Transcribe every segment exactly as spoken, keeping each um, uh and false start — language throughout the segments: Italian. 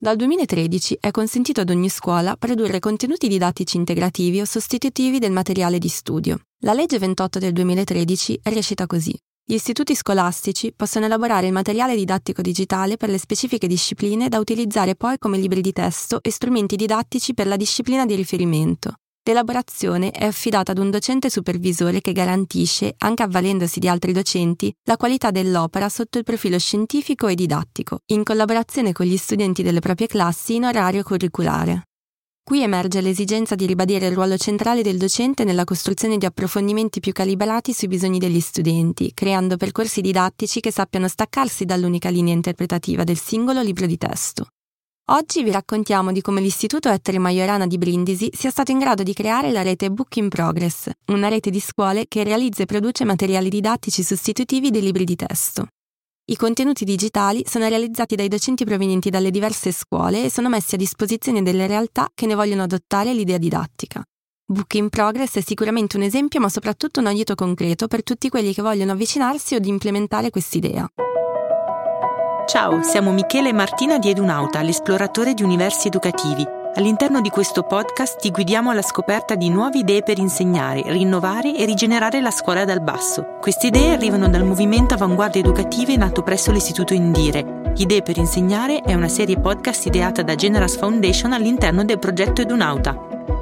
Dal duemilatredici è consentito ad ogni scuola produrre contenuti didattici integrativi o sostitutivi del materiale di studio. La legge ventotto del duemilatredici recita così: gli istituti scolastici possono elaborare il materiale didattico digitale per le specifiche discipline da utilizzare poi come libri di testo e strumenti didattici per la disciplina di riferimento. L'elaborazione è affidata ad un docente supervisore che garantisce, anche avvalendosi di altri docenti, la qualità dell'opera sotto il profilo scientifico e didattico, in collaborazione con gli studenti delle proprie classi in orario curriculare. Qui emerge l'esigenza di ribadire il ruolo centrale del docente nella costruzione di approfondimenti più calibrati sui bisogni degli studenti, creando percorsi didattici che sappiano staccarsi dall'unica linea interpretativa del singolo libro di testo. Oggi vi raccontiamo di come l'Istituto Ettore Majorana di Brindisi sia stato in grado di creare la rete Book in Progress, una rete di scuole che realizza e produce materiali didattici sostitutivi dei libri di testo. I contenuti digitali sono realizzati dai docenti provenienti dalle diverse scuole e sono messi a disposizione delle realtà che ne vogliono adottare l'idea didattica. Book in Progress è sicuramente un esempio, ma soprattutto un aiuto concreto per tutti quelli che vogliono avvicinarsi o di implementare quest'idea. Ciao, siamo Michele e Martina di Edunauta, l'esploratore di universi educativi. All'interno di questo podcast ti guidiamo alla scoperta di nuove idee per insegnare, rinnovare e rigenerare la scuola dal basso. Queste idee arrivano dal movimento Avanguardie Educative nato presso l'Istituto Indire. Idee per insegnare è una serie podcast ideata da Generas Foundation all'interno del progetto Edunauta.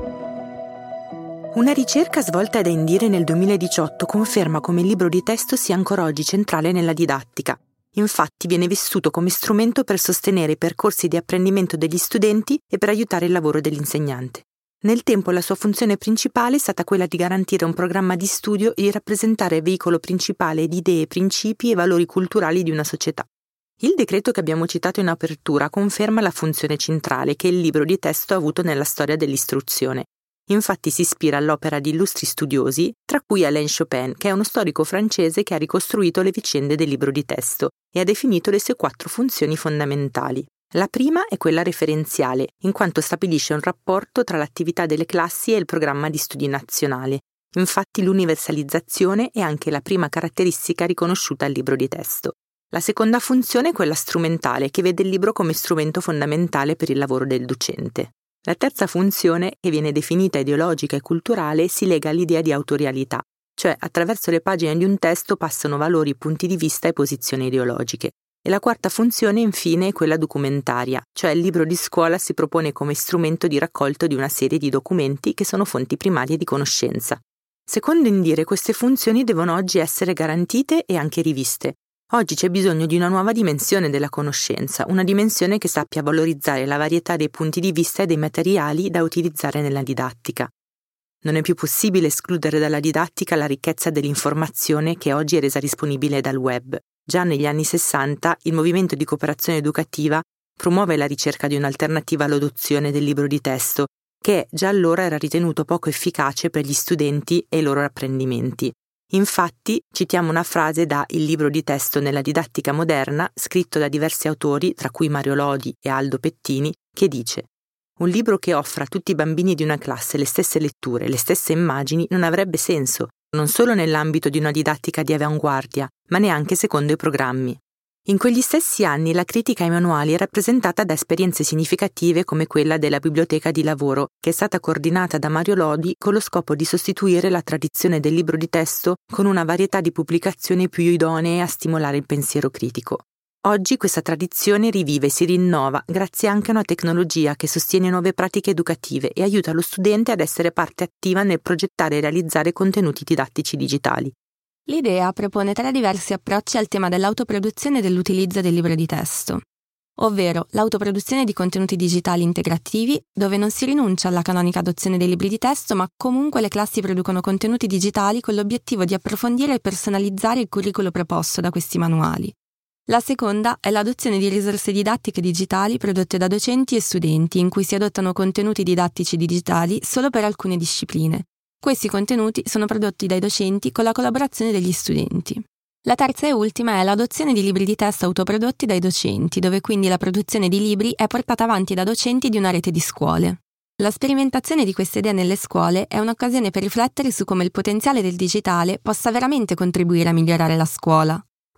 Una ricerca svolta da Indire nel duemiladiciotto conferma come il libro di testo sia ancora oggi centrale nella didattica. Infatti viene vissuto come strumento per sostenere i percorsi di apprendimento degli studenti e per aiutare il lavoro dell'insegnante. Nel tempo la sua funzione principale è stata quella di garantire un programma di studio e di rappresentare il veicolo principale di idee, principi e valori culturali di una società. Il decreto che abbiamo citato in apertura conferma la funzione centrale che il libro di testo ha avuto nella storia dell'istruzione. Infatti si ispira all'opera di illustri studiosi, tra cui Alain Chopin, che è uno storico francese che ha ricostruito le vicende del libro di testo e ha definito le sue quattro funzioni fondamentali. La prima è quella referenziale, in quanto stabilisce un rapporto tra l'attività delle classi e il programma di studi nazionale. Infatti l'universalizzazione è anche la prima caratteristica riconosciuta al libro di testo. La seconda funzione è quella strumentale, che vede il libro come strumento fondamentale per il lavoro del docente. La terza funzione, che viene definita ideologica e culturale, si lega all'idea di autorialità, cioè attraverso le pagine di un testo passano valori, punti di vista e posizioni ideologiche. E la quarta funzione, infine, è quella documentaria, cioè il libro di scuola si propone come strumento di raccolto di una serie di documenti che sono fonti primarie di conoscenza. Secondo Indire, queste funzioni devono oggi essere garantite e anche riviste. Oggi c'è bisogno di una nuova dimensione della conoscenza, una dimensione che sappia valorizzare la varietà dei punti di vista e dei materiali da utilizzare nella didattica. Non è più possibile escludere dalla didattica la ricchezza dell'informazione che oggi è resa disponibile dal web. Già negli anni sessanta il movimento di cooperazione educativa promuove la ricerca di un'alternativa all'adozione del libro di testo, che già allora era ritenuto poco efficace per gli studenti e i loro apprendimenti. Infatti, citiamo una frase da Il libro di testo nella didattica moderna, scritto da diversi autori, tra cui Mario Lodi e Aldo Pettini, che dice: «Un libro che offra a tutti i bambini di una classe le stesse letture, le stesse immagini, non avrebbe senso, non solo nell'ambito di una didattica di avanguardia, ma neanche secondo i programmi». In quegli stessi anni la critica ai manuali è rappresentata da esperienze significative come quella della biblioteca di lavoro, che è stata coordinata da Mario Lodi con lo scopo di sostituire la tradizione del libro di testo con una varietà di pubblicazioni più idonee a stimolare il pensiero critico. Oggi questa tradizione rivive e si rinnova grazie anche a una tecnologia che sostiene nuove pratiche educative e aiuta lo studente ad essere parte attiva nel progettare e realizzare contenuti didattici digitali. L'idea propone tre diversi approcci al tema dell'autoproduzione e dell'utilizzo del libro di testo, ovvero l'autoproduzione di contenuti digitali integrativi, dove non si rinuncia alla canonica adozione dei libri di testo, ma comunque le classi producono contenuti digitali con l'obiettivo di approfondire e personalizzare il curriculum proposto da questi manuali. La seconda è l'adozione di risorse didattiche digitali prodotte da docenti e studenti, in cui si adottano contenuti didattici digitali solo per alcune discipline. Questi contenuti sono prodotti dai docenti con la collaborazione degli studenti. La terza e ultima è l'adozione di libri di testo autoprodotti dai docenti, dove quindi la produzione di libri è portata avanti da docenti di una rete di scuole. La sperimentazione di queste idee nelle scuole è un'occasione per riflettere su come il potenziale del digitale possa veramente contribuire a migliorare la scuola.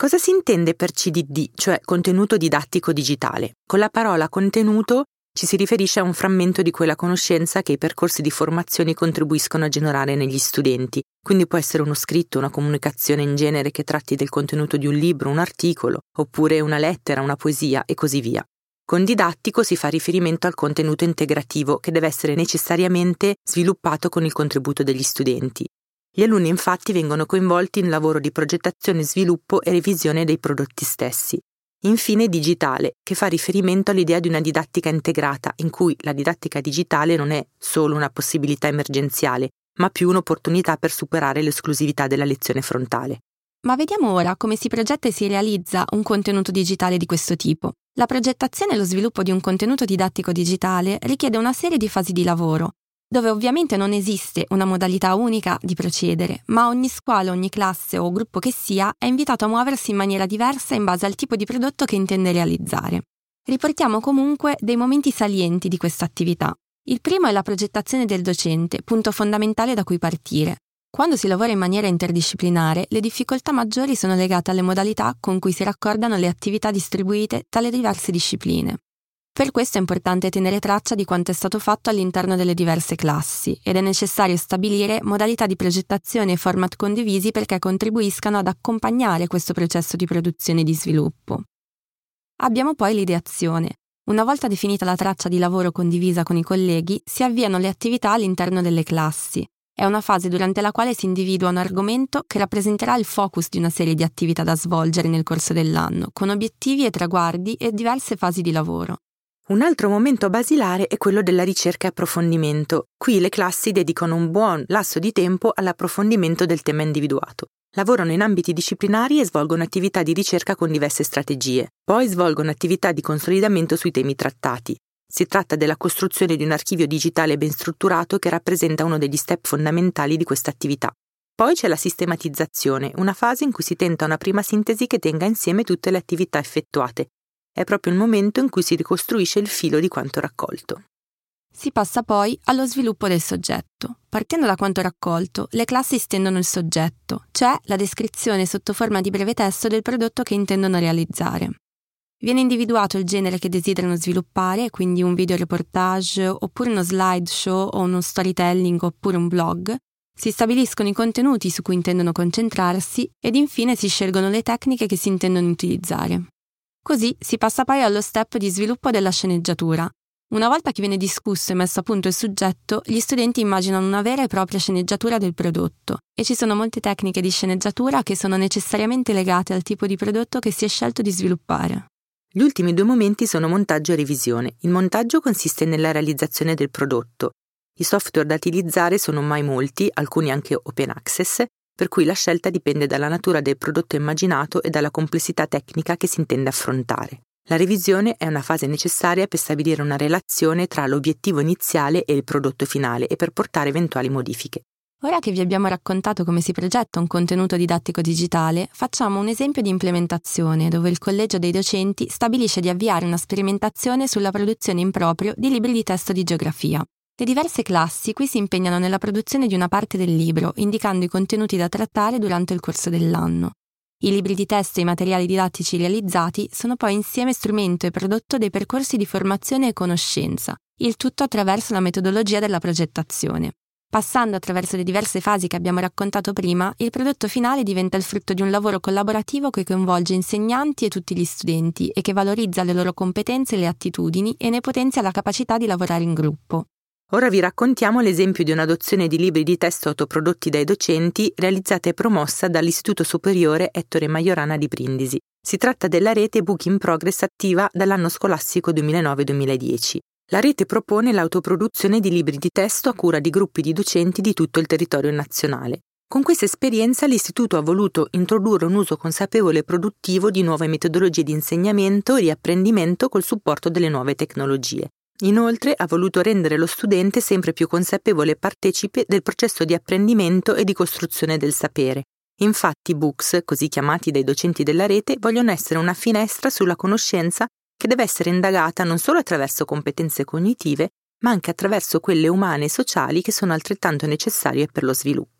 Cosa si intende per C D D, cioè contenuto didattico digitale? Con la parola contenuto ci si riferisce a un frammento di quella conoscenza che i percorsi di formazione contribuiscono a generare negli studenti, quindi può essere uno scritto, una comunicazione in genere che tratti del contenuto di un libro, un articolo, oppure una lettera, una poesia e così via. Con didattico si fa riferimento al contenuto integrativo che deve essere necessariamente sviluppato con il contributo degli studenti. Gli alunni infatti vengono coinvolti in lavoro di progettazione, sviluppo e revisione dei prodotti stessi. Infine digitale, che fa riferimento all'idea di una didattica integrata, in cui la didattica digitale non è solo una possibilità emergenziale, ma più un'opportunità per superare l'esclusività della lezione frontale. Ma vediamo ora come si progetta e si realizza un contenuto digitale di questo tipo. La progettazione e lo sviluppo di un contenuto didattico digitale richiede una serie di fasi di lavoro, dove ovviamente non esiste una modalità unica di procedere, ma ogni scuola, ogni classe o gruppo che sia è invitato a muoversi in maniera diversa in base al tipo di prodotto che intende realizzare. Riportiamo comunque dei momenti salienti di questa attività. Il primo è la progettazione del docente, punto fondamentale da cui partire. Quando si lavora in maniera interdisciplinare, le difficoltà maggiori sono legate alle modalità con cui si raccordano le attività distribuite tra le diverse discipline. Per questo è importante tenere traccia di quanto è stato fatto all'interno delle diverse classi ed è necessario stabilire modalità di progettazione e format condivisi perché contribuiscano ad accompagnare questo processo di produzione e di sviluppo. Abbiamo poi l'ideazione. Una volta definita la traccia di lavoro condivisa con i colleghi, si avviano le attività all'interno delle classi. È una fase durante la quale si individua un argomento che rappresenterà il focus di una serie di attività da svolgere nel corso dell'anno, con obiettivi e traguardi e diverse fasi di lavoro. Un altro momento basilare è quello della ricerca e approfondimento. Qui le classi dedicano un buon lasso di tempo all'approfondimento del tema individuato. Lavorano in ambiti disciplinari e svolgono attività di ricerca con diverse strategie. Poi svolgono attività di consolidamento sui temi trattati. Si tratta della costruzione di un archivio digitale ben strutturato che rappresenta uno degli step fondamentali di questa attività. Poi c'è la sistematizzazione, una fase in cui si tenta una prima sintesi che tenga insieme tutte le attività effettuate. È proprio il momento in cui si ricostruisce il filo di quanto raccolto. Si passa poi allo sviluppo del soggetto. Partendo da quanto raccolto, le classi stendono il soggetto, cioè la descrizione sotto forma di breve testo del prodotto che intendono realizzare. Viene individuato il genere che desiderano sviluppare, quindi un video reportage, oppure uno slideshow o uno storytelling oppure un blog. Si stabiliscono i contenuti su cui intendono concentrarsi ed infine si scelgono le tecniche che si intendono utilizzare. Così si passa poi allo step di sviluppo della sceneggiatura. Una volta che viene discusso e messo a punto il soggetto, gli studenti immaginano una vera e propria sceneggiatura del prodotto e ci sono molte tecniche di sceneggiatura che sono necessariamente legate al tipo di prodotto che si è scelto di sviluppare. Gli ultimi due momenti sono montaggio e revisione. Il montaggio consiste nella realizzazione del prodotto. I software da utilizzare sono mai molti, alcuni anche open access, per cui la scelta dipende dalla natura del prodotto immaginato e dalla complessità tecnica che si intende affrontare. La revisione è una fase necessaria per stabilire una relazione tra l'obiettivo iniziale e il prodotto finale e per portare eventuali modifiche. Ora che vi abbiamo raccontato come si progetta un contenuto didattico digitale, facciamo un esempio di implementazione dove il collegio dei docenti stabilisce di avviare una sperimentazione sulla produzione in proprio di libri di testo di geografia. Le diverse classi qui si impegnano nella produzione di una parte del libro, indicando i contenuti da trattare durante il corso dell'anno. I libri di testo e i materiali didattici realizzati sono poi insieme strumento e prodotto dei percorsi di formazione e conoscenza, il tutto attraverso la metodologia della progettazione. Passando attraverso le diverse fasi che abbiamo raccontato prima, il prodotto finale diventa il frutto di un lavoro collaborativo che coinvolge insegnanti e tutti gli studenti e che valorizza le loro competenze e le attitudini e ne potenzia la capacità di lavorare in gruppo. Ora vi raccontiamo l'esempio di un'adozione di libri di testo autoprodotti dai docenti realizzata e promossa dall'Istituto Superiore Ettore Majorana di Brindisi. Si tratta della rete Book in Progress attiva dall'anno scolastico duemilanove duemiladieci. La rete propone l'autoproduzione di libri di testo a cura di gruppi di docenti di tutto il territorio nazionale. Con questa esperienza l'Istituto ha voluto introdurre un uso consapevole e produttivo di nuove metodologie di insegnamento e di apprendimento col supporto delle nuove tecnologie. Inoltre ha voluto rendere lo studente sempre più consapevole e partecipe del processo di apprendimento e di costruzione del sapere. Infatti i books, così chiamati dai docenti della rete, vogliono essere una finestra sulla conoscenza che deve essere indagata non solo attraverso competenze cognitive, ma anche attraverso quelle umane e sociali che sono altrettanto necessarie per lo sviluppo.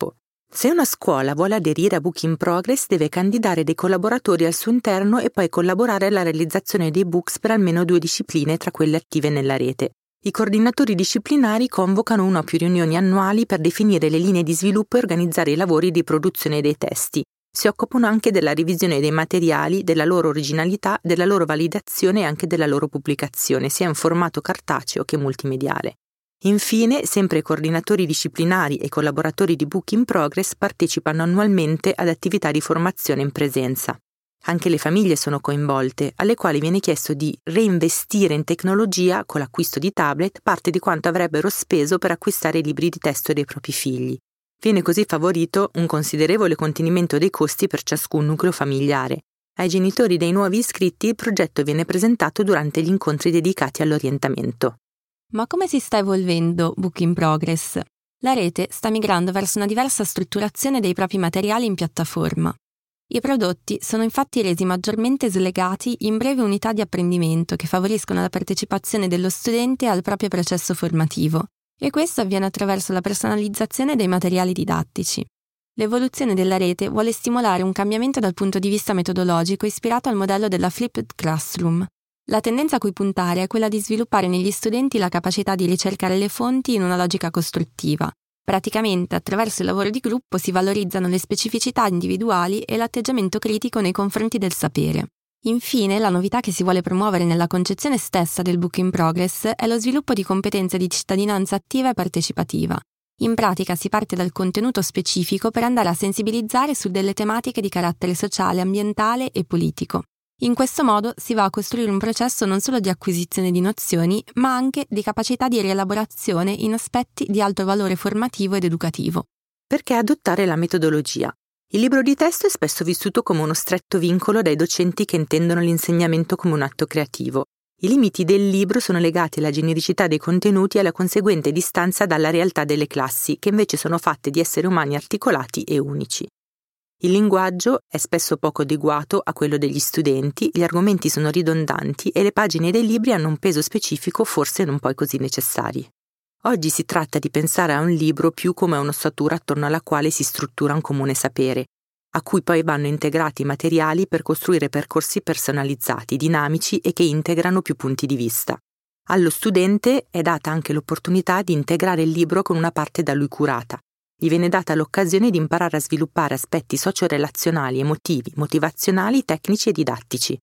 Se una scuola vuole aderire a Book in Progress, deve candidare dei collaboratori al suo interno e poi collaborare alla realizzazione dei books per almeno due discipline tra quelle attive nella rete. I coordinatori disciplinari convocano una o più riunioni annuali per definire le linee di sviluppo e organizzare i lavori di produzione dei testi. Si occupano anche della revisione dei materiali, della loro originalità, della loro validazione e anche della loro pubblicazione, sia in formato cartaceo che multimediale. Infine, sempre i coordinatori disciplinari e i collaboratori di Book in Progress partecipano annualmente ad attività di formazione in presenza. Anche le famiglie sono coinvolte, alle quali viene chiesto di reinvestire in tecnologia con l'acquisto di tablet parte di quanto avrebbero speso per acquistare i libri di testo dei propri figli. Viene così favorito un considerevole contenimento dei costi per ciascun nucleo familiare. Ai genitori dei nuovi iscritti il progetto viene presentato durante gli incontri dedicati all'orientamento. Ma come si sta evolvendo Book in Progress? La rete sta migrando verso una diversa strutturazione dei propri materiali in piattaforma. I prodotti sono infatti resi maggiormente slegati in brevi unità di apprendimento che favoriscono la partecipazione dello studente al proprio processo formativo, e questo avviene attraverso la personalizzazione dei materiali didattici. L'evoluzione della rete vuole stimolare un cambiamento dal punto di vista metodologico ispirato al modello della Flipped Classroom. La tendenza a cui puntare è quella di sviluppare negli studenti la capacità di ricercare le fonti in una logica costruttiva. Praticamente, attraverso il lavoro di gruppo si valorizzano le specificità individuali e l'atteggiamento critico nei confronti del sapere. Infine, la novità che si vuole promuovere nella concezione stessa del Book in Progress è lo sviluppo di competenze di cittadinanza attiva e partecipativa. In pratica si parte dal contenuto specifico per andare a sensibilizzare su delle tematiche di carattere sociale, ambientale e politico. In questo modo si va a costruire un processo non solo di acquisizione di nozioni, ma anche di capacità di rielaborazione in aspetti di alto valore formativo ed educativo. Perché adottare la metodologia? Il libro di testo è spesso vissuto come uno stretto vincolo dai docenti che intendono l'insegnamento come un atto creativo. I limiti del libro sono legati alla genericità dei contenuti e alla conseguente distanza dalla realtà delle classi, che invece sono fatte di esseri umani articolati e unici. Il linguaggio è spesso poco adeguato a quello degli studenti, gli argomenti sono ridondanti e le pagine dei libri hanno un peso specifico forse non poi così necessari. Oggi si tratta di pensare a un libro più come a un'ossatura attorno alla quale si struttura un comune sapere, a cui poi vanno integrati materiali per costruire percorsi personalizzati, dinamici e che integrano più punti di vista. Allo studente è data anche l'opportunità di integrare il libro con una parte da lui curata. Gli viene data l'occasione di imparare a sviluppare aspetti socio-relazionali, emotivi, motivazionali, tecnici e didattici.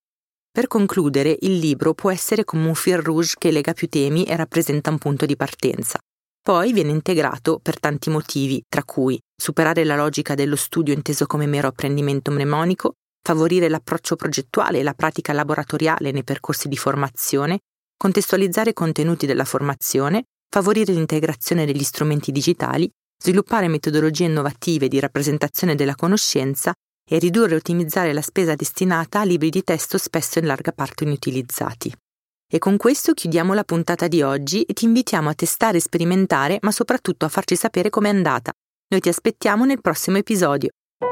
Per concludere, il libro può essere come un fil rouge che lega più temi e rappresenta un punto di partenza. Poi viene integrato per tanti motivi, tra cui superare la logica dello studio inteso come mero apprendimento mnemonico, favorire l'approccio progettuale e la pratica laboratoriale nei percorsi di formazione, contestualizzare i contenuti della formazione, favorire l'integrazione degli strumenti digitali, sviluppare metodologie innovative di rappresentazione della conoscenza e ridurre e ottimizzare la spesa destinata a libri di testo spesso in larga parte inutilizzati. E con questo chiudiamo la puntata di oggi e ti invitiamo a testare e sperimentare, ma soprattutto a farci sapere com'è andata. Noi ti aspettiamo nel prossimo episodio.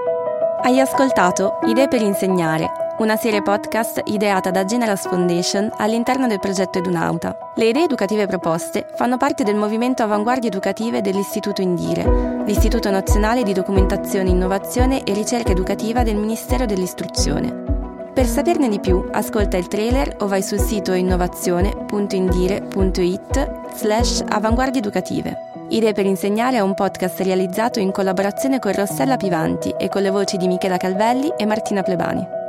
Hai ascoltato Idee per insegnare, una serie podcast ideata da Generas Foundation all'interno del progetto Edunauta. Le idee educative proposte fanno parte del movimento Avanguardie Educative dell'Istituto Indire, l'Istituto Nazionale di Documentazione, Innovazione e Ricerca Educativa del Ministero dell'Istruzione. Per saperne di più, ascolta il trailer o vai sul sito innovazione punto indire punto it slash avanguardie educative. Idee per insegnare è un podcast realizzato in collaborazione con Rossella Pivanti e con le voci di Michela Calvelli e Martina Plebani.